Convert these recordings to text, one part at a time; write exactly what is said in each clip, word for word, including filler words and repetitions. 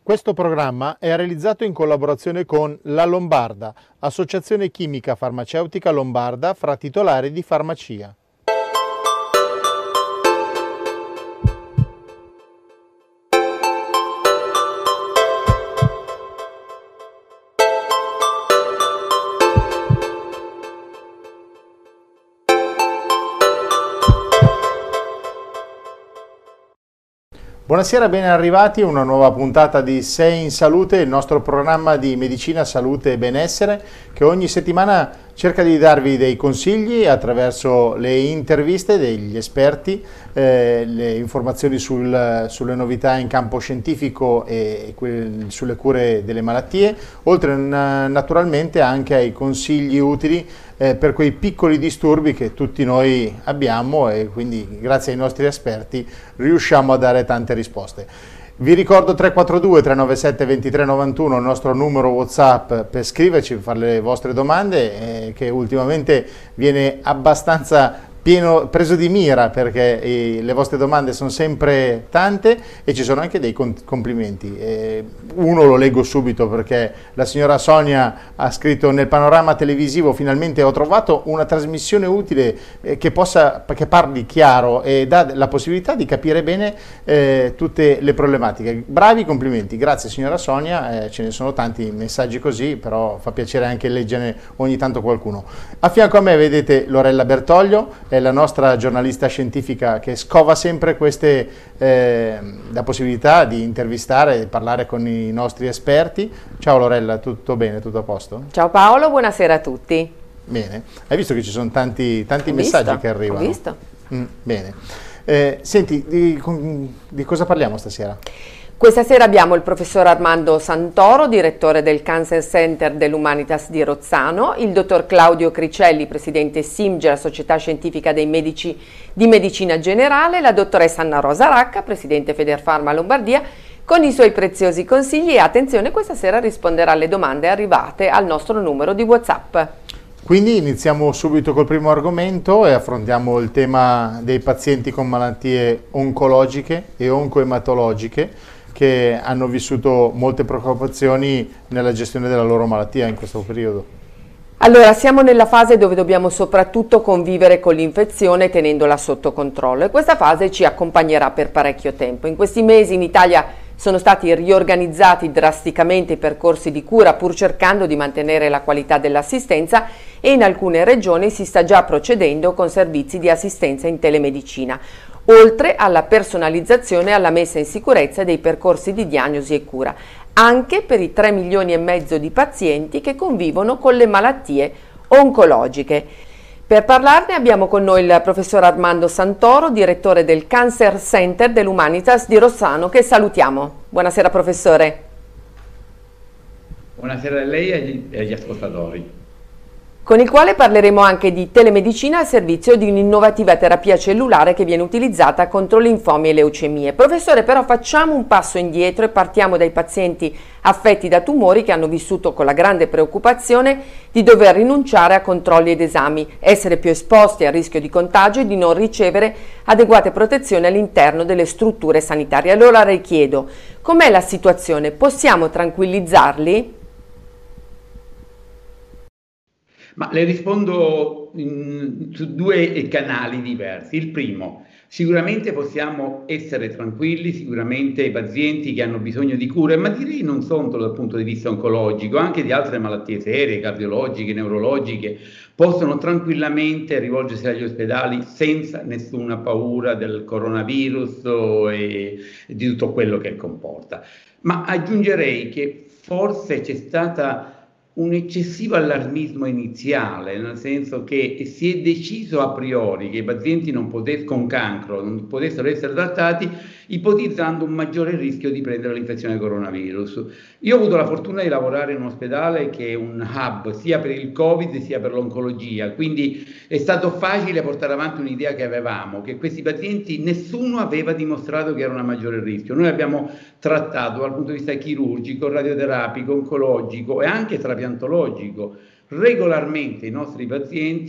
Questo programma è realizzato in collaborazione con La Lombarda, Associazione Chimica Farmaceutica Lombarda fra titolari di farmacia. Buonasera, ben arrivati a una nuova puntata di Sei in Salute, il nostro programma di medicina, salute e benessere che ogni settimana cerca di darvi dei consigli attraverso le interviste degli esperti, eh, le informazioni sul, sulle novità in campo scientifico e que- sulle cure delle malattie, oltre na- naturalmente anche ai consigli utili eh, per quei piccoli disturbi che tutti noi abbiamo e quindi grazie ai nostri esperti riusciamo a dare tante risposte. Vi ricordo tre quattro due tre nove sette due tre nove uno, il nostro numero WhatsApp per scriverci, per fare le vostre domande, eh, che ultimamente viene abbastanza pieno, preso di mira perché eh, le vostre domande sono sempre tante e ci sono anche dei complimenti. Eh, uno lo leggo subito perché la signora Sonia ha scritto: nel panorama televisivo finalmente ho trovato una trasmissione utile eh, che possa, che parli chiaro e dà la possibilità di capire bene eh, tutte le problematiche. Bravi, complimenti, grazie signora Sonia, eh, ce ne sono tanti messaggi così, però fa piacere anche leggerne ogni tanto qualcuno. A fianco a me vedete Lorella Bertoglio, è la nostra giornalista scientifica che scova sempre queste eh, la possibilità di intervistare e parlare con i nostri esperti. Ciao Lorella, tutto bene, tutto a posto? Ciao Paolo, buonasera a tutti. Bene, hai visto che ci sono tanti, tanti Ho messaggi visto, che arrivano? Ho visto. Mm, bene, eh, senti, di, di cosa parliamo stasera? Questa sera abbiamo il professor Armando Santoro, direttore del Cancer Center dell'Humanitas di Rozzano, il dottor Claudio Cricelli, presidente SIMGE, la Società Scientifica dei Medici di Medicina Generale, la dottoressa Anna Rosa Racca, presidente Federfarma Lombardia, con i suoi preziosi consigli e attenzione, questa sera risponderà alle domande arrivate al nostro numero di WhatsApp. Quindi iniziamo subito col primo argomento e affrontiamo il tema dei pazienti con malattie oncologiche e oncoematologiche che hanno vissuto molte preoccupazioni nella gestione della loro malattia in questo periodo. Allora, siamo nella fase dove dobbiamo soprattutto convivere con l'infezione tenendola sotto controllo e questa fase ci accompagnerà per parecchio tempo. In questi mesi in Italia sono stati riorganizzati drasticamente i percorsi di cura pur cercando di mantenere la qualità dell'assistenza e in alcune regioni si sta già procedendo con servizi di assistenza in telemedicina, oltre alla personalizzazione e alla messa in sicurezza dei percorsi di diagnosi e cura, anche per i tre milioni e mezzo di pazienti che convivono con le malattie oncologiche. Per parlarne abbiamo con noi il professor Armando Santoro, direttore del Cancer Center dell'Humanitas di Rozzano, che salutiamo. Buonasera professore. Buonasera a lei e agli, e agli ascoltatori. Con il quale parleremo anche di telemedicina al servizio di un'innovativa terapia cellulare che viene utilizzata contro linfomi e leucemie. Professore, però facciamo un passo indietro e partiamo dai pazienti affetti da tumori che hanno vissuto con la grande preoccupazione di dover rinunciare a controlli ed esami, essere più esposti al rischio di contagio e di non ricevere adeguate protezioni all'interno delle strutture sanitarie. Allora le chiedo, com'è la situazione? Possiamo tranquillizzarli? Ma le rispondo in, su due canali diversi. Il primo, sicuramente possiamo essere tranquilli, sicuramente i pazienti che hanno bisogno di cure, ma direi non solo dal punto di vista oncologico, anche di altre malattie serie, cardiologiche, neurologiche, possono tranquillamente rivolgersi agli ospedali senza nessuna paura del coronavirus e di tutto quello che comporta. Ma aggiungerei che forse c'è stata un eccessivo allarmismo iniziale, nel senso che si è deciso a priori che i pazienti non potessero, con cancro non potessero essere trattati, ipotizzando un maggiore rischio di prendere l'infezione coronavirus. Io ho avuto la fortuna di lavorare in un ospedale che è un hub sia per il Covid sia per l'oncologia, quindi è stato facile portare avanti un'idea che avevamo, che questi pazienti nessuno aveva dimostrato che era un maggiore rischio. Noi abbiamo trattato dal punto di vista chirurgico, radioterapico, oncologico e anche trapiantologico regolarmente i nostri pazienti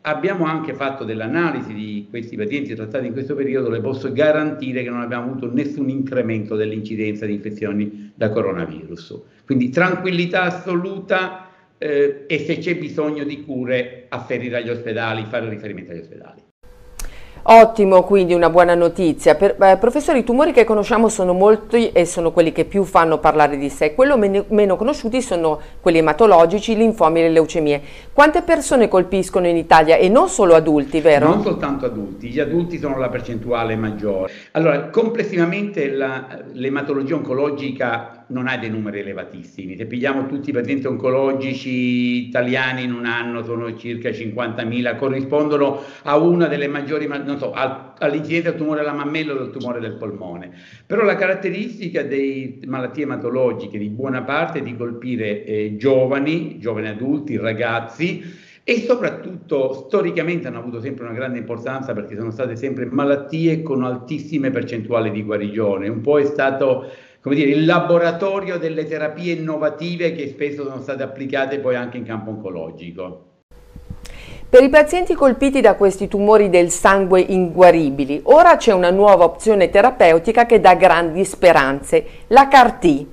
Abbiamo anche fatto dell'analisi di questi pazienti trattati in questo periodo, le posso garantire che non abbiamo avuto nessun incremento dell'incidenza di infezioni da coronavirus. Quindi tranquillità assoluta eh, e se c'è bisogno di cure afferire agli ospedali, fare riferimento agli ospedali. Ottimo, quindi una buona notizia. Per, eh, professore, i tumori che conosciamo sono molti e sono quelli che più fanno parlare di sé. Quello meno, meno conosciuti sono quelli ematologici, i linfomi e le leucemie. Quante persone colpiscono in Italia e non solo adulti, vero? Non soltanto adulti, gli adulti sono la percentuale maggiore. Allora, complessivamente la, l'ematologia oncologica non ha dei numeri elevatissimi. Se pigliamo tutti i pazienti oncologici italiani in un anno sono circa cinquantamila, corrispondono a una delle maggiori, non so, al, all'incidenza del tumore alla mammella o del tumore del polmone. Però la caratteristica delle malattie ematologiche di buona parte è di colpire eh, giovani, giovani adulti, ragazzi, e soprattutto storicamente hanno avuto sempre una grande importanza perché sono state sempre malattie con altissime percentuali di guarigione. Un po' è stato, come dire, il laboratorio delle terapie innovative che spesso sono state applicate poi anche in campo oncologico. Per i pazienti colpiti da questi tumori del sangue inguaribili, ora c'è una nuova opzione terapeutica che dà grandi speranze, la C A R T.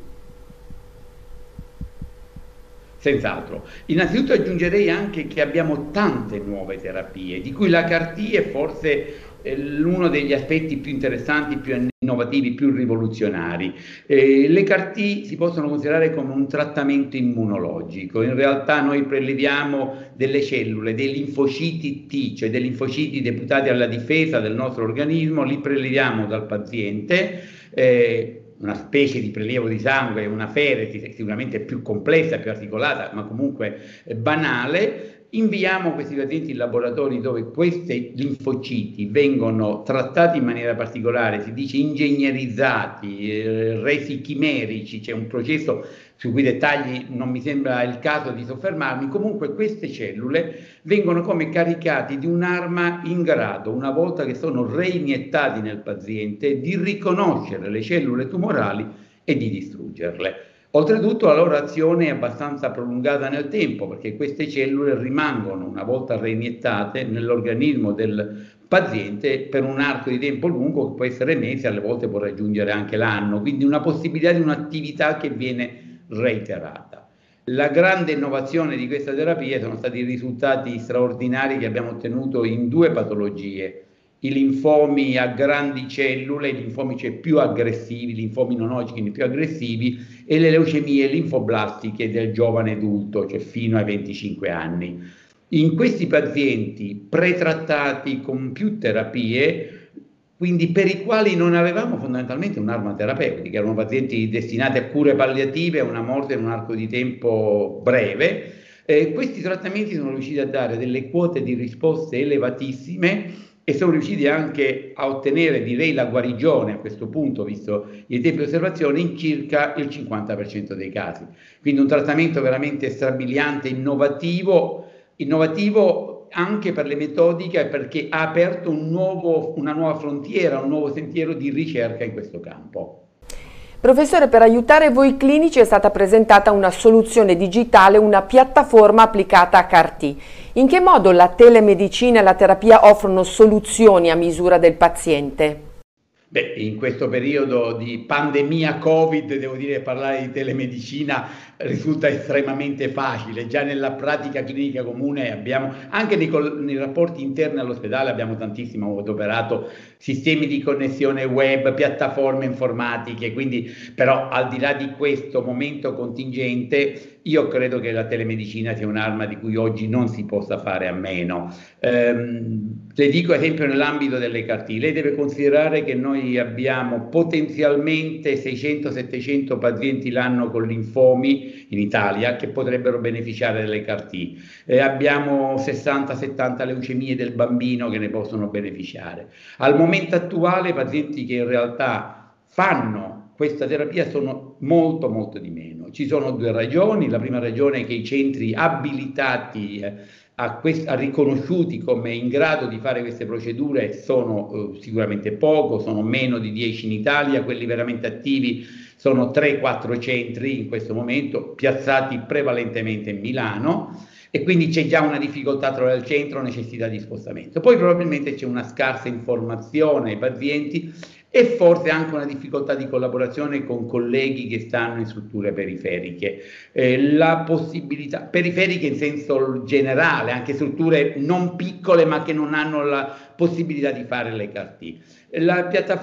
Senz'altro. Innanzitutto aggiungerei anche che abbiamo tante nuove terapie, di cui la C A R T è forse eh, uno degli aspetti più interessanti, più innovativi, più rivoluzionari. Eh, le C A R T si possono considerare come un trattamento immunologico. In realtà noi preleviamo delle cellule, dei linfociti T, cioè dei linfociti deputati alla difesa del nostro organismo, li preleviamo dal paziente, eh, una specie di prelievo di sangue, una feresi sicuramente più complessa, più articolata, ma comunque eh, banale. Inviamo questi pazienti in laboratori dove questi linfociti vengono trattati in maniera particolare, si dice ingegnerizzati, eh, resi chimerici, c'è un processo su cui dettagli non mi sembra il caso di soffermarmi. Comunque queste cellule vengono come caricati di un'arma in grado, una volta che sono reiniettati nel paziente, di riconoscere le cellule tumorali e di distruggerle. Oltretutto la loro azione è abbastanza prolungata nel tempo perché queste cellule rimangono, una volta reiniettate, nell'organismo del paziente per un arco di tempo lungo che può essere mesi, alle volte può raggiungere anche l'anno, quindi una possibilità di un'attività che viene reiterata. La grande innovazione di questa terapia sono stati i risultati straordinari che abbiamo ottenuto in due patologie: i linfomi a grandi cellule, i linfomi cioè più aggressivi, i linfomi non Hodgkin più aggressivi, e le leucemie linfoblastiche del giovane adulto, cioè fino ai venticinque anni. In questi pazienti pretrattati con più terapie, quindi per i quali non avevamo fondamentalmente un'arma terapeutica, erano pazienti destinati a cure palliative, a una morte in un arco di tempo breve, eh, questi trattamenti sono riusciti a dare delle quote di risposte elevatissime e sono riusciti anche a ottenere, direi, la guarigione a questo punto, visto i tempi di osservazione, in circa il cinquanta per cento dei casi. Quindi un trattamento veramente strabiliante, innovativo, innovativo anche per le metodiche, perché ha aperto un nuovo, una nuova frontiera, un nuovo sentiero di ricerca in questo campo. Professore, per aiutare voi clinici è stata presentata una soluzione digitale, una piattaforma applicata a C A R T. In che modo la telemedicina e la terapia offrono soluzioni a misura del paziente? Beh, in questo periodo di pandemia Covid, devo dire, parlare di telemedicina risulta estremamente facile. Già nella pratica clinica comune abbiamo, anche nei, nei rapporti interni all'ospedale, abbiamo tantissimo adoperato sistemi di connessione web, piattaforme informatiche, quindi però al di là di questo momento contingente, io credo che la telemedicina sia un'arma di cui oggi non si possa fare a meno. Ehm, le dico ad esempio nell'ambito delle C A R T, lei deve considerare che noi abbiamo potenzialmente seicento settecento pazienti l'anno con linfomi in Italia che potrebbero beneficiare delle C A R T. Eh, abbiamo sessanta settanta leucemie del bambino che ne possono beneficiare. Al momento attuale pazienti che in realtà fanno questa terapia sono molto molto di meno. Ci sono due ragioni. La prima ragione è che i centri abilitati eh, a, quest- a riconosciuti come in grado di fare queste procedure sono eh, sicuramente poco, sono meno di dieci in Italia, quelli veramente attivi sono tre quattro centri in questo momento, piazzati prevalentemente in Milano. e quindi c'è già una difficoltà tra il centro, necessità di spostamento. Poi probabilmente c'è una scarsa informazione ai pazienti e forse anche una difficoltà di collaborazione con colleghi che stanno in strutture periferiche. Eh, la possibilità, periferiche in senso generale, anche strutture non piccole ma che non hanno la possibilità di fare le C A R T. La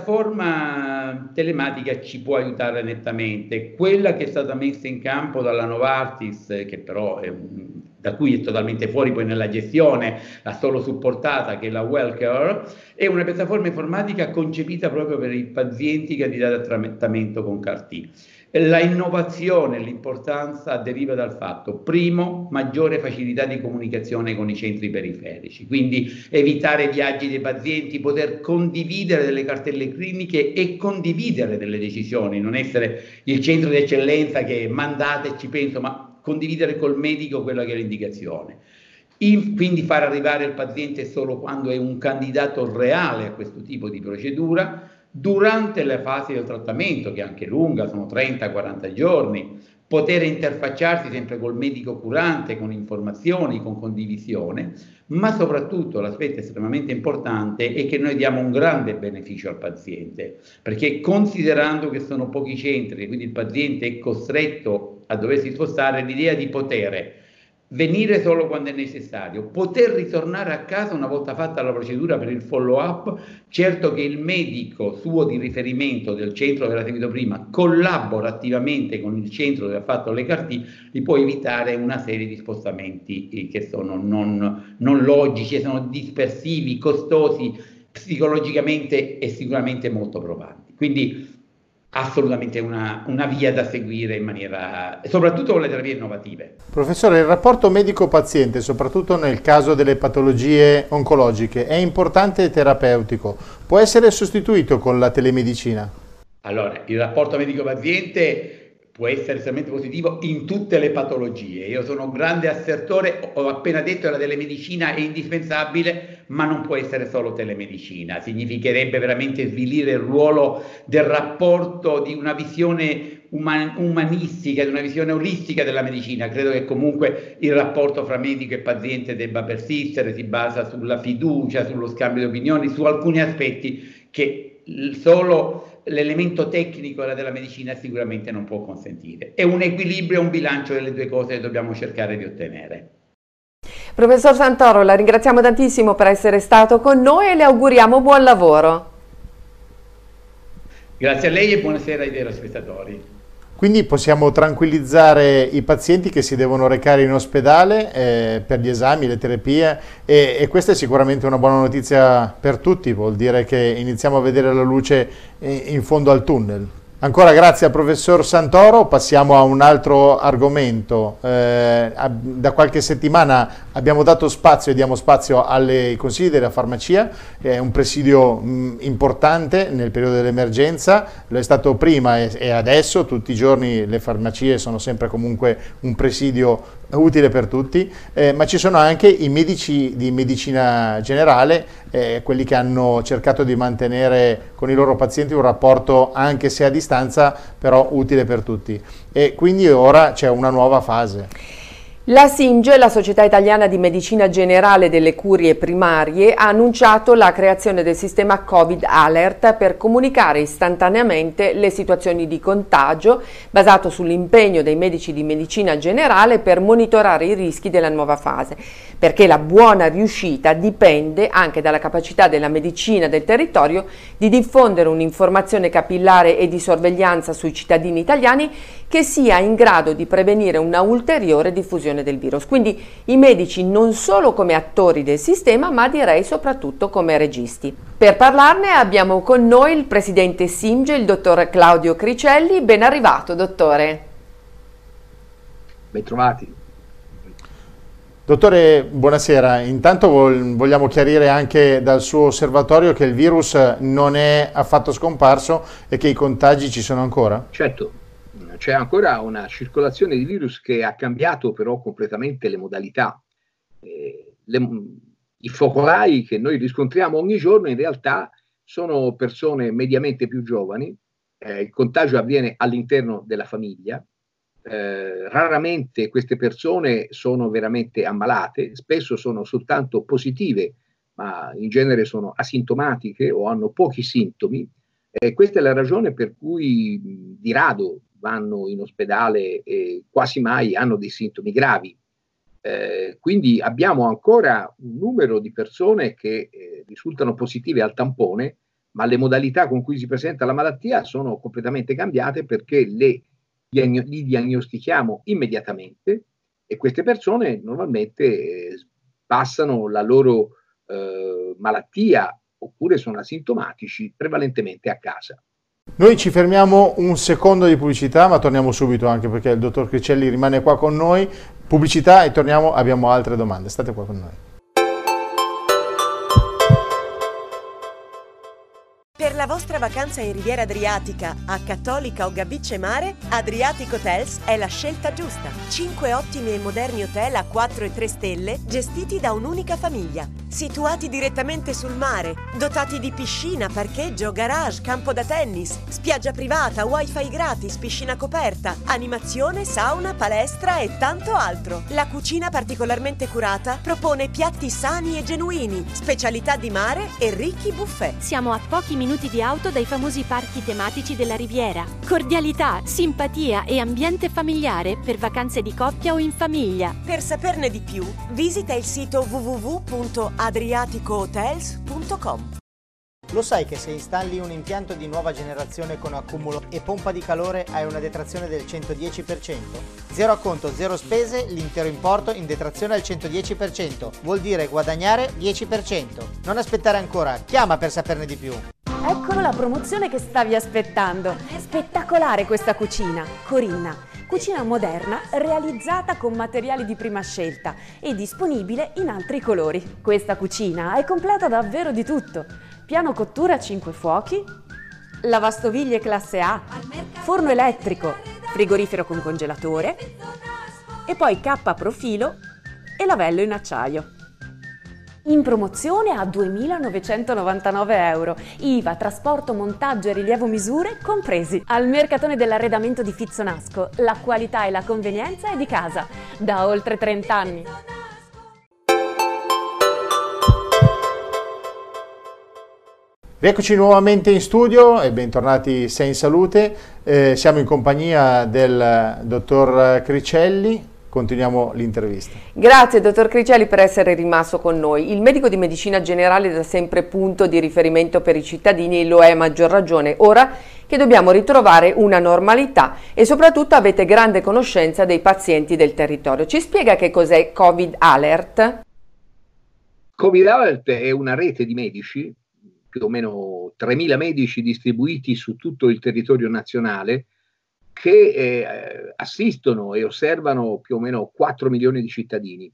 piattaforma telematica ci può aiutare nettamente. Quella che è stata messa in campo dalla Novartis, che però è un, da cui è totalmente fuori poi nella gestione, l'ha solo supportata, che è la Wellcare, è una piattaforma informatica concepita proprio per i pazienti candidati a trattamento con C A R T. La innovazione, l'importanza deriva dal fatto, primo, maggiore facilità di comunicazione con i centri periferici, quindi evitare viaggi dei pazienti, poter condividere delle cartelle cliniche e condividere delle decisioni, non essere il centro di eccellenza che mandate, ci penso, ma condividere col medico quella che è l'indicazione. In, quindi far arrivare il paziente solo quando è un candidato reale a questo tipo di procedura. Durante la fase del trattamento, che è anche lunga, sono trenta quaranta giorni, poter interfacciarsi sempre col medico curante, con informazioni, con condivisione, ma soprattutto l'aspetto estremamente importante è che noi diamo un grande beneficio al paziente, perché considerando che sono pochi centri e quindi il paziente è costretto a doversi spostare, l'idea di poter venire solo quando è necessario, poter ritornare a casa una volta fatta la procedura per il follow up, certo che il medico suo di riferimento del centro dove l'ha seguito prima collabora attivamente con il centro dove ha fatto le C A R T, gli può evitare una serie di spostamenti che sono non, non logici, sono dispersivi, costosi, psicologicamente e sicuramente molto probanti. Quindi assolutamente una, una via da seguire in maniera, soprattutto con le terapie innovative. Professore, il rapporto medico-paziente, soprattutto nel caso delle patologie oncologiche, è importante e terapeutico. Può essere sostituito con la telemedicina? Allora, il rapporto medico-paziente può essere estremamente positivo in tutte le patologie. Io sono un grande assertore, ho appena detto che la telemedicina è indispensabile, ma non può essere solo telemedicina. Significherebbe veramente svilire il ruolo del rapporto, di una visione uman- umanistica, di una visione olistica della medicina. Credo che comunque il rapporto fra medico e paziente debba persistere, si basa sulla fiducia, sullo scambio di opinioni, su alcuni aspetti che solo l'elemento tecnico della medicina sicuramente non può consentire. È un equilibrio, un bilancio delle due cose che dobbiamo cercare di ottenere. Professor Santoro, la ringraziamo tantissimo per essere stato con noi e le auguriamo buon lavoro. Grazie a lei e buonasera ai telespettatori. Quindi possiamo tranquillizzare i pazienti che si devono recare in ospedale eh, per gli esami, le terapie e, e questa è sicuramente una buona notizia per tutti, vuol dire che iniziamo a vedere la luce in fondo al tunnel. Ancora grazie al professor Santoro, passiamo a un altro argomento. Eh, da qualche settimana abbiamo dato spazio e diamo spazio ai consigli della farmacia, è un presidio mh, importante nel periodo dell'emergenza, lo è stato prima e, e adesso, tutti i giorni le farmacie sono sempre comunque un presidio utile per tutti, eh, ma ci sono anche i medici di medicina generale, eh, quelli che hanno cercato di mantenere con i loro pazienti un rapporto anche se a distanza però utile per tutti e quindi ora c'è una nuova fase. La SIMGE, la Società Italiana di Medicina Generale delle Curie Primarie, ha annunciato la creazione del sistema Covid Alert per comunicare istantaneamente le situazioni di contagio, basato sull'impegno dei medici di medicina generale per monitorare i rischi della nuova fase, perché la buona riuscita dipende anche dalla capacità della medicina del territorio di diffondere un'informazione capillare e di sorveglianza sui cittadini italiani che sia in grado di prevenire una ulteriore diffusione del virus. Quindi i medici non solo come attori del sistema, ma direi soprattutto come registi. Per parlarne abbiamo con noi il presidente SIMGE, il dottor Claudio Cricelli. Ben arrivato, dottore. Ben trovati. Dottore, buonasera. Intanto vogliamo chiarire anche dal suo osservatorio che il virus non è affatto scomparso e che i contagi ci sono ancora? Certo. C'è ancora una circolazione di virus che ha cambiato però completamente le modalità. Eh, le, I focolai che noi riscontriamo ogni giorno in realtà sono persone mediamente più giovani, eh, il contagio avviene all'interno della famiglia, Eh, raramente queste persone sono veramente ammalate, spesso sono soltanto positive, ma in genere sono asintomatiche o hanno pochi sintomi. Eh, questa è la ragione per cui mh, di rado vanno in ospedale e quasi mai hanno dei sintomi gravi. Eh, quindi abbiamo ancora un numero di persone che eh, risultano positive al tampone, ma le modalità con cui si presenta la malattia sono completamente cambiate perché le li diagnostichiamo immediatamente e queste persone normalmente eh, passano la loro eh, malattia oppure sono asintomatici prevalentemente a casa. Noi ci fermiamo un secondo di pubblicità, ma torniamo subito anche perché il dottor Cricelli rimane qua con noi. Pubblicità e torniamo, abbiamo altre domande. State qua con noi. Per la vostra vacanza in Riviera Adriatica, a Cattolica o Gabicce Mare, Adriatic Hotels è la scelta giusta. Cinque ottimi e moderni hotel a quattro e tre stelle gestiti da un'unica famiglia. Situati direttamente sul mare, dotati di piscina, parcheggio, garage, campo da tennis, spiaggia privata, wifi gratis, piscina coperta, animazione, sauna, palestra e tanto altro. La cucina particolarmente curata propone piatti sani e genuini, specialità di mare e ricchi buffet. Siamo a pochi minuti di auto dai famosi parchi tematici della Riviera. Cordialità, simpatia e ambiente familiare per vacanze di coppia o in famiglia. Per saperne di più, visita il sito w w w punto adriatico hotels punto com. Lo sai che se installi un impianto di nuova generazione con accumulo e pompa di calore hai una detrazione del centodieci per cento? Zero acconto, zero spese, l'intero importo in detrazione al centodieci per cento. Vuol dire guadagnare dieci per cento. Non aspettare ancora, chiama per saperne di più. Eccolo la promozione che stavi aspettando. Spettacolare questa cucina. Corinna, cucina moderna realizzata con materiali di prima scelta e disponibile in altri colori. Questa cucina è completa davvero di tutto. Piano cottura a cinque fuochi, lavastoviglie classe A, forno elettrico, frigorifero con congelatore e poi K a profilo e lavello in acciaio. In promozione a duemilanovecentonovantanove euro, I V A, trasporto, montaggio e rilievo misure compresi. Al Mercatone dell'Arredamento di Fizzonasco, la qualità e la convenienza è di casa, da oltre trenta anni. Rieccoci nuovamente in studio e bentornati Sei in Salute. Eh, siamo in compagnia del dottor Cricelli. Continuiamo l'intervista. Grazie dottor Cricelli per essere rimasto con noi. Il medico di medicina generale è da sempre punto di riferimento per i cittadini e lo è a maggior ragione ora che dobbiamo ritrovare una normalità e soprattutto avete grande conoscenza dei pazienti del territorio. Ci spiega che cos'è Covid Alert? Covid Alert è una rete di medici, più o meno tremila medici distribuiti su tutto il territorio nazionale, che eh, assistono e osservano più o meno quattro milioni di cittadini.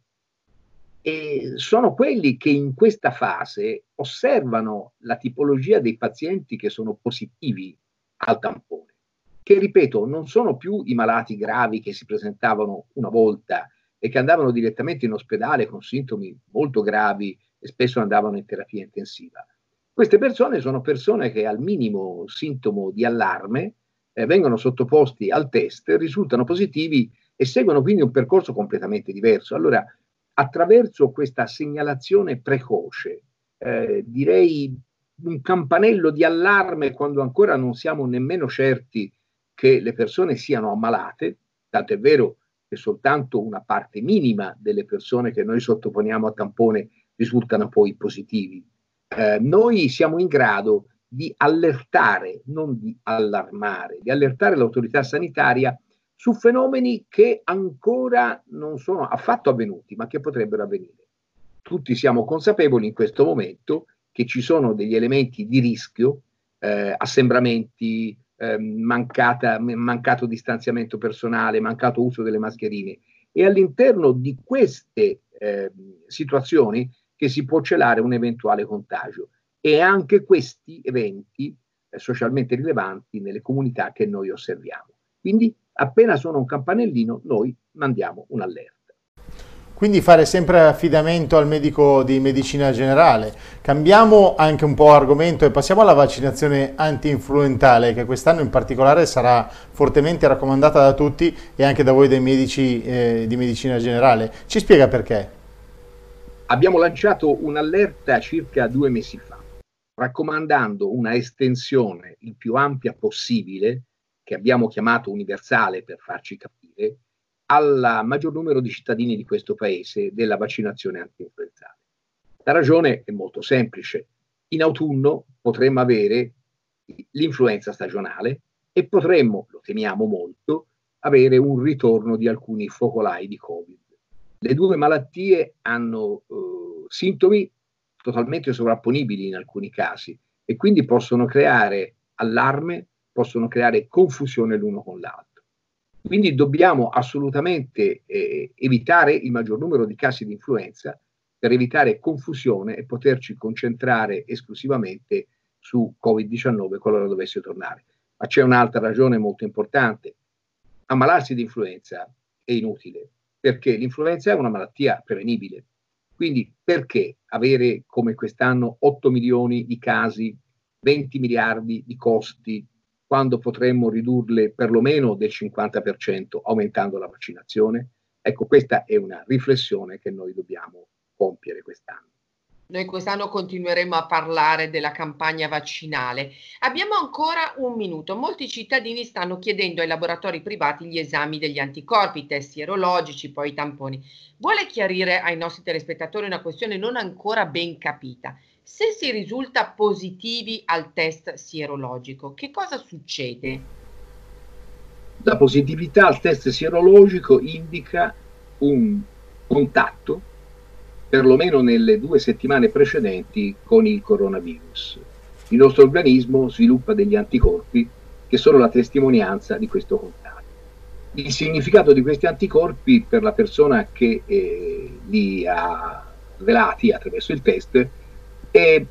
E sono quelli che in questa fase osservano la tipologia dei pazienti che sono positivi al tampone, che ripeto non sono più i malati gravi che si presentavano una volta e che andavano direttamente in ospedale con sintomi molto gravi e spesso andavano in terapia intensiva. Queste persone sono persone che al minimo sintomo di allarme Eh, vengono sottoposti al test, risultano positivi e seguono quindi un percorso completamente diverso. Allora, attraverso questa segnalazione precoce, eh, direi un campanello di allarme quando ancora non siamo nemmeno certi che le persone siano ammalate, tanto è vero che soltanto una parte minima delle persone che noi sottoponiamo a tampone risultano poi positivi. Eh, noi siamo in grado di allertare, non di allarmare, di allertare l'autorità sanitaria su fenomeni che ancora non sono affatto avvenuti, ma che potrebbero avvenire. Tutti siamo consapevoli in questo momento che ci sono degli elementi di rischio, eh, assembramenti, eh, mancata, mancato distanziamento personale, mancato uso delle mascherine, e all'interno di queste eh, situazioni che si può celare un eventuale contagio. E anche questi eventi eh, socialmente rilevanti nelle comunità che noi osserviamo. Quindi appena suona un campanellino noi mandiamo un allerta. quindi fare sempre affidamento al medico di medicina generale. Cambiamo anche un po' argomento e passiamo alla vaccinazione anti-influenzale, che quest'anno in particolare sarà fortemente raccomandata da tutti e anche da voi dei medici eh, di medicina generale. Ci spiega perché? Abbiamo lanciato un'allerta circa due mesi fa, raccomandando una estensione il più ampia possibile, che abbiamo chiamato universale per farci capire, al maggior numero di cittadini di questo paese della vaccinazione antinfluenzale. La ragione è molto semplice. In autunno potremmo avere l'influenza stagionale e potremmo, lo temiamo molto, avere un ritorno di alcuni focolai di Covid. Le due malattie hanno eh, sintomi totalmente sovrapponibili in alcuni casi e quindi possono creare allarme, possono creare confusione l'uno con l'altro. Quindi dobbiamo assolutamente eh, evitare il maggior numero di casi di influenza per evitare confusione e poterci concentrare esclusivamente su Covid diciannove qualora dovesse tornare. Ma c'è un'altra ragione molto importante. Ammalarsi di influenza è inutile, perché l'influenza è una malattia prevenibile. Quindi perché avere come quest'anno otto milioni di casi, venti miliardi di costi, quando potremmo ridurle perlomeno del cinquanta per cento aumentando la vaccinazione? Ecco, questa è una riflessione che noi dobbiamo compiere quest'anno. Noi quest'anno continueremo a parlare della campagna vaccinale. Abbiamo ancora un minuto. Molti cittadini stanno chiedendo ai laboratori privati gli esami degli anticorpi, i test sierologici, poi i tamponi. Vuole chiarire ai nostri telespettatori una questione non ancora ben capita? Se si risulta positivi al test sierologico, che cosa succede? La positività al test sierologico indica un contatto, perlomeno nelle due settimane precedenti, con il coronavirus. Il nostro organismo sviluppa degli anticorpi che sono la testimonianza di questo contatto. Il significato di questi anticorpi per la persona che eh, li ha rivelati attraverso il test è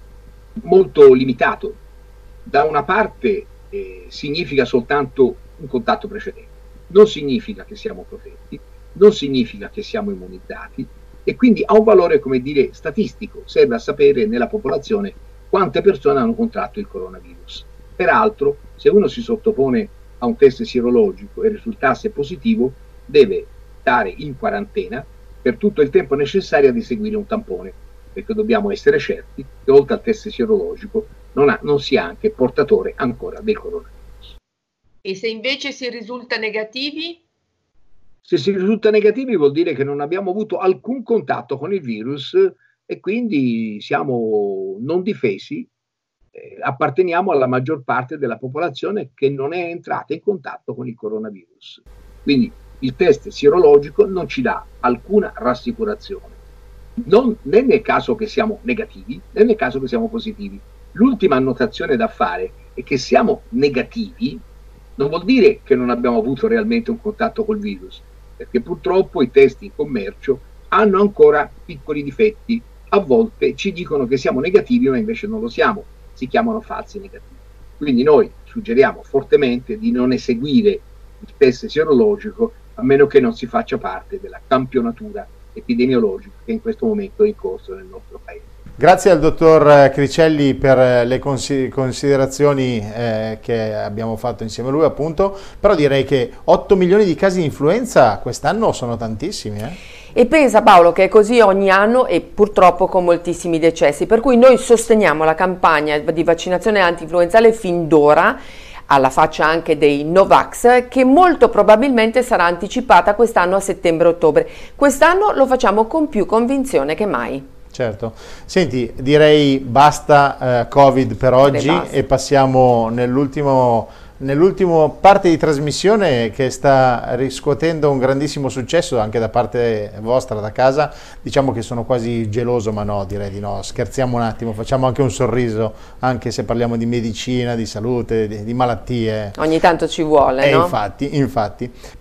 molto limitato. Da una parte eh, significa soltanto un contatto precedente, non significa che siamo protetti, non significa che siamo immunizzati e quindi ha un valore, come dire, statistico, serve a sapere nella popolazione quante persone hanno contratto il coronavirus. Peraltro, se uno si sottopone a un test sierologico e risultasse positivo, deve stare in quarantena per tutto il tempo necessario di seguire un tampone, perché dobbiamo essere certi che oltre al test sierologico non, ha, non sia anche portatore ancora del coronavirus. E se invece si risulta negativi? Se si risulta negativi vuol dire che non abbiamo avuto alcun contatto con il virus e quindi siamo non difesi, eh, apparteniamo alla maggior parte della popolazione che non è entrata in contatto con il coronavirus. Quindi il test sierologico non ci dà alcuna rassicurazione. Non, né nel caso che siamo negativi, né nel caso che siamo positivi. L'ultima annotazione da fare è che siamo negativi non vuol dire che non abbiamo avuto realmente un contatto col virus, perché purtroppo i test in commercio hanno ancora piccoli difetti. A volte ci dicono che siamo negativi, ma invece non lo siamo, si chiamano falsi negativi. Quindi noi suggeriamo fortemente di non eseguire il test sierologico a meno che non si faccia parte della campionatura epidemiologica che in questo momento è in corso nel nostro paese. Grazie al dottor Cricelli per le considerazioni eh, che abbiamo fatto insieme a lui, appunto, però direi che otto milioni di casi di influenza quest'anno sono tantissimi. Eh? E pensa Paolo che è così ogni anno e purtroppo con moltissimi decessi, per cui noi sosteniamo la campagna di vaccinazione antinfluenzale fin d'ora, alla faccia anche dei Novax, che molto probabilmente sarà anticipata quest'anno a settembre-ottobre. Quest'anno lo facciamo con più convinzione che mai. Certo. Senti, direi basta eh, Covid per oggi e passiamo nell'ultimo nell'ultima parte di trasmissione che sta riscuotendo un grandissimo successo anche da parte vostra, da casa. Diciamo che sono quasi geloso, ma no, direi di no, scherziamo un attimo, facciamo anche un sorriso, anche se parliamo di medicina, di salute, di, di malattie. Ogni tanto ci vuole, e no? Infatti, infatti.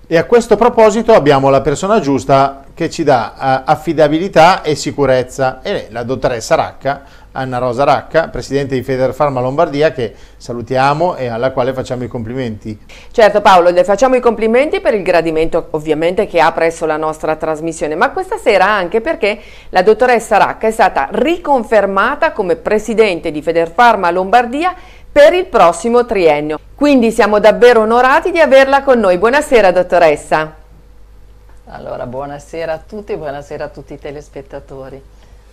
E a questo proposito abbiamo la persona giusta che ci dà uh, affidabilità e sicurezza, e la dottoressa Racca, Anna Rosa Racca, presidente di Federfarma Lombardia, che salutiamo e alla quale facciamo i complimenti. Certo Paolo, le facciamo i complimenti per il gradimento ovviamente che ha presso la nostra trasmissione, ma questa sera anche perché la dottoressa Racca è stata riconfermata come presidente di Federfarma Lombardia per il prossimo triennio. Quindi siamo davvero onorati di averla con noi. Buonasera dottoressa. Allora, buonasera a tutti, buonasera a tutti i telespettatori.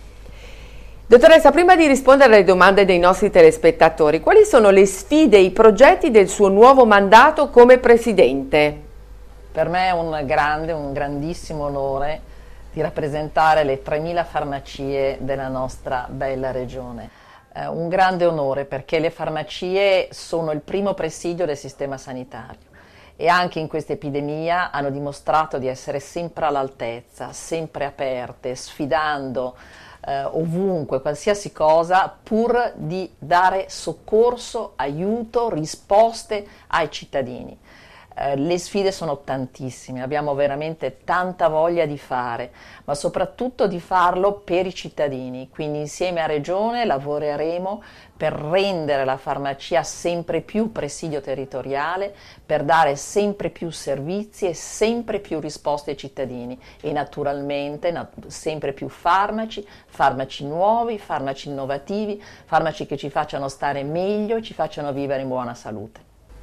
Dottoressa, prima di rispondere alle domande dei nostri telespettatori, quali sono le sfide e i progetti del suo nuovo mandato come presidente? Per me è un grande, un grandissimo onore di rappresentare le tremila farmacie della nostra bella regione. Eh, un grande onore perché le farmacie sono il primo presidio del sistema sanitario e anche in questa epidemia hanno dimostrato di essere sempre all'altezza, sempre aperte, sfidando eh, ovunque, qualsiasi cosa, pur di dare soccorso, aiuto, risposte ai cittadini. Eh, le sfide sono tantissime, abbiamo veramente tanta voglia di fare, ma soprattutto di farlo per i cittadini, quindi insieme a Regione lavoreremo per rendere la farmacia sempre più presidio territoriale, per dare sempre più servizi e sempre più risposte ai cittadini e naturalmente nat- sempre più farmaci, farmaci nuovi, farmaci innovativi, farmaci che ci facciano stare meglio e ci facciano vivere in buona salute.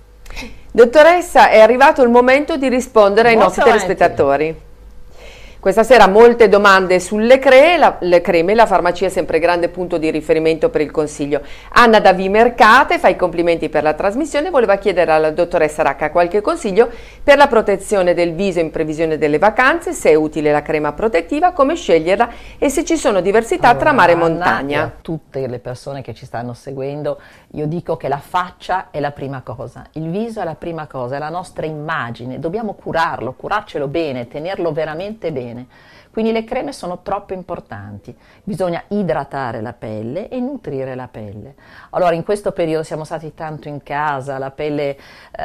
Dottoressa, è arrivato il momento di rispondere ai nostri telespettatori. Questa sera molte domande sulle creme, la, le creme, la farmacia è sempre grande punto di riferimento per il Consiglio. Anna da Vimercate fa i complimenti per la trasmissione, voleva chiedere alla dottoressa Racca qualche consiglio per la protezione del viso in previsione delle vacanze, se è utile la crema protettiva, come sceglierla e se ci sono diversità allora, tra mare e Anna, montagna. E a tutte le persone che ci stanno seguendo, io dico che la faccia è la prima cosa, il viso è la prima cosa, è la nostra immagine, dobbiamo curarlo, curarcelo bene, tenerlo veramente bene. Quindi le creme sono troppo importanti, bisogna idratare la pelle e nutrire la pelle. Allora in questo periodo siamo stati tanto in casa, la pelle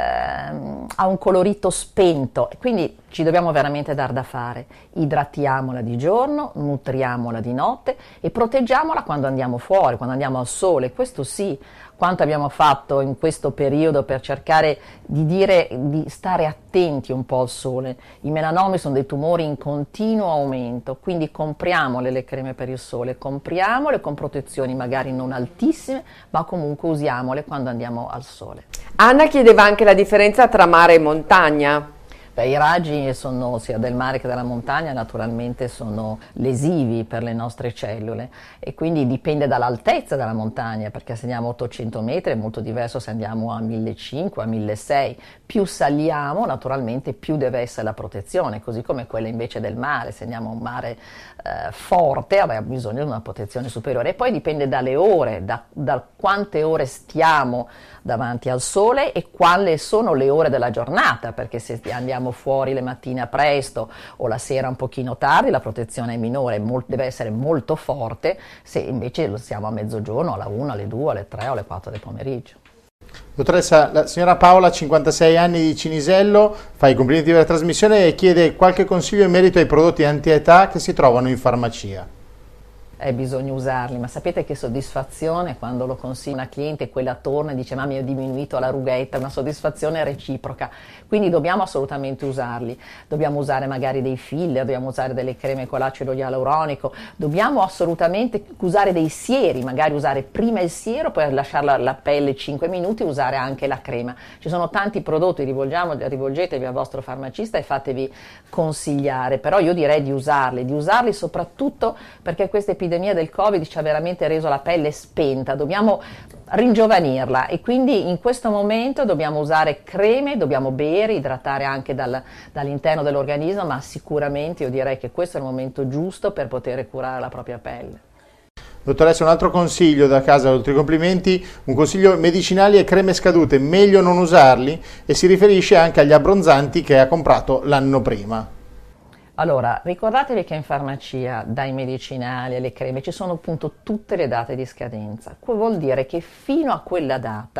ehm, ha un colorito spento, quindi ci dobbiamo veramente dar da fare. Idratiamola di giorno, nutriamola di notte e proteggiamola quando andiamo fuori, quando andiamo al sole, questo sì. Quanto abbiamo fatto in questo periodo per cercare di dire di stare attenti un po' al sole. I melanomi sono dei tumori in continuo aumento, quindi compriamole le creme per il sole, compriamole con protezioni magari non altissime, ma comunque usiamole quando andiamo al sole. Anna chiedeva anche la differenza tra mare e montagna. Beh, i raggi sono, sia del mare che della montagna naturalmente sono lesivi per le nostre cellule e quindi dipende dall'altezza della montagna, perché se andiamo a ottocento metri è molto diverso se andiamo a millecinquecento, a milleseicento. Più saliamo naturalmente più deve essere la protezione, così come quella invece del mare, se andiamo a un mare eh, forte avrà bisogno di una protezione superiore e poi dipende dalle ore, da, da quante ore stiamo davanti al sole e quali sono le ore della giornata, perché se andiamo fuori le mattine presto o la sera un pochino tardi la protezione è minore, mol- deve essere molto forte, se invece lo siamo a mezzogiorno, alla una, alle due, alle tre o alle quattro del pomeriggio. Dottoressa, la signora Paola, cinquantasei anni, di Cinisello, fa i complimenti per la trasmissione e chiede qualche consiglio in merito ai prodotti anti-età che si trovano in farmacia. Eh, bisogna usarli, ma sapete che soddisfazione quando lo consiglia una cliente e quella torna e dice ma mi è diminuito la rughetta, una soddisfazione reciproca, quindi dobbiamo assolutamente usarli, dobbiamo usare magari dei filler, dobbiamo usare delle creme con l'acido ialuronico, dobbiamo assolutamente usare dei sieri, magari usare prima il siero, poi lasciare la, la pelle cinque minuti e usare anche la crema. Ci sono tanti prodotti, rivolgetevi al vostro farmacista e fatevi consigliare, però io direi di usarli, di usarli soprattutto perché questa epidemia del Covid ci ha veramente reso la pelle spenta, dobbiamo ringiovanirla e quindi in questo momento dobbiamo usare creme, dobbiamo bere, idratare anche dal, dall'interno dell'organismo, ma sicuramente io direi che questo è il momento giusto per poter curare la propria pelle. Dottoressa, un altro consiglio da casa, oltre ai complimenti, un consiglio: medicinali e creme scadute, meglio non usarli, e si riferisce anche agli abbronzanti che ha comprato l'anno prima. Allora, ricordatevi che in farmacia, dai medicinali alle creme, ci sono appunto tutte le date di scadenza. Vuol dire che fino a quella data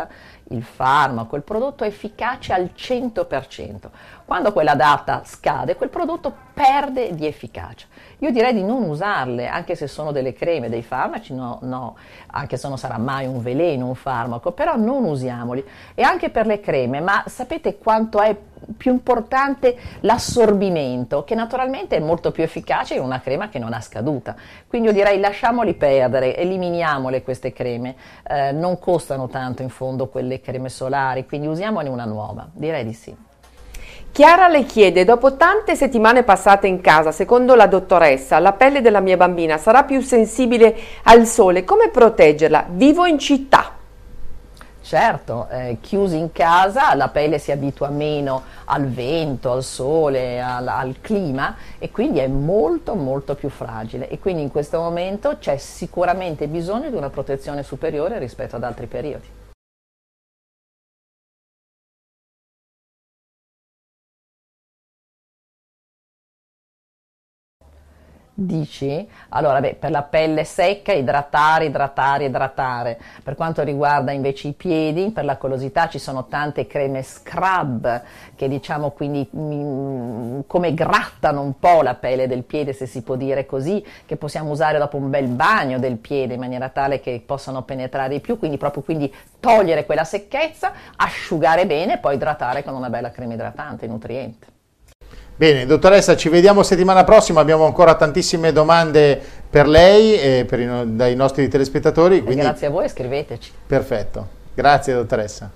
il farmaco, il prodotto è efficace al cento per cento. Quando quella data scade, quel prodotto perde di efficacia. Io direi di non usarle, anche se sono delle creme, dei farmaci, no, no, anche se non sarà mai un veleno, un farmaco, però non usiamoli. E anche per le creme, ma sapete quanto è più importante l'assorbimento, che naturalmente è molto più efficace in una crema che non ha scaduta. Quindi io direi lasciamoli perdere, eliminiamole queste creme, eh, non costano tanto in fondo quelle creme solari, quindi usiamone una nuova, direi di sì. Chiara le chiede, dopo tante settimane passate in casa, secondo la dottoressa, la pelle della mia bambina sarà più sensibile al sole, come proteggerla? Vivo in città. Certo, eh, chiusi in casa la pelle si abitua meno al vento, al sole, al, al clima e quindi è molto molto più fragile e quindi in questo momento c'è sicuramente bisogno di una protezione superiore rispetto ad altri periodi. Dici? Allora, beh, per la pelle secca idratare, idratare, idratare. Per quanto riguarda invece i piedi, per la collosità ci sono tante creme scrub che diciamo quindi mh, come grattano un po' la pelle del piede, se si può dire così, che possiamo usare dopo un bel bagno del piede in maniera tale che possano penetrare di più, quindi proprio quindi togliere quella secchezza, asciugare bene e poi idratare con una bella crema idratante, nutriente. Bene, dottoressa, ci vediamo settimana prossima, abbiamo ancora tantissime domande per lei e per i, dai nostri telespettatori. Quindi... Grazie a voi, scriveteci. Perfetto, grazie dottoressa.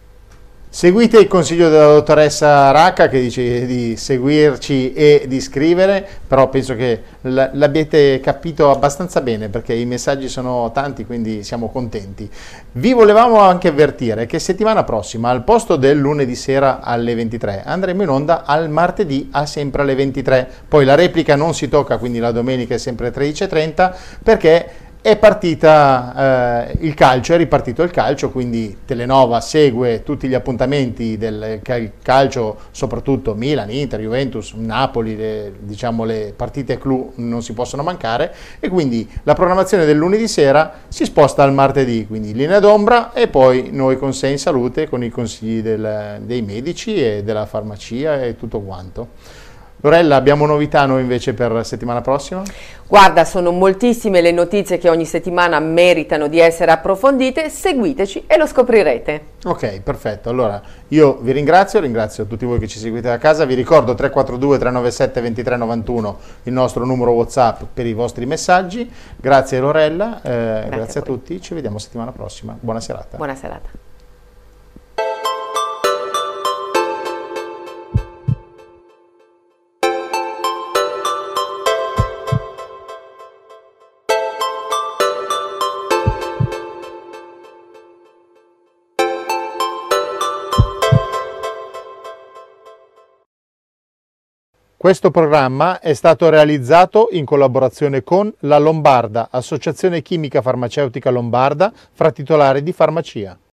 Seguite il consiglio della dottoressa Racca che dice di seguirci e di scrivere, però penso che l'abbiate capito abbastanza bene perché i messaggi sono tanti, quindi siamo contenti. Vi volevamo anche avvertire che settimana prossima, al posto del lunedì sera alle ventitré, andremo in onda al martedì a sempre alle ventitré. Poi la replica non si tocca, quindi la domenica è sempre tredici e trenta, perché è partita eh, il calcio, è ripartito il calcio, quindi Telenova segue tutti gli appuntamenti del calcio, soprattutto Milan, Inter, Juventus, Napoli, le, diciamo le partite clou non si possono mancare e quindi la programmazione del lunedì sera si sposta al martedì, quindi linea d'ombra e poi noi con Sei in Salute con i consigli del, dei medici e della farmacia e tutto quanto. Lorella, abbiamo novità noi invece per la settimana prossima? Guarda, sono moltissime le notizie che ogni settimana meritano di essere approfondite, seguiteci e lo scoprirete. Ok, perfetto. Allora, io vi ringrazio, ringrazio tutti voi che ci seguite da casa, vi ricordo tre quattro due tre nove sette due tre nove uno il nostro numero WhatsApp per i vostri messaggi. Grazie Lorella, eh, grazie, grazie a, a tutti, ci vediamo settimana prossima. Buona serata. Buona serata. Questo programma è stato realizzato in collaborazione con La Lombarda, Associazione Chimica Farmaceutica Lombarda, fra titolari di farmacia.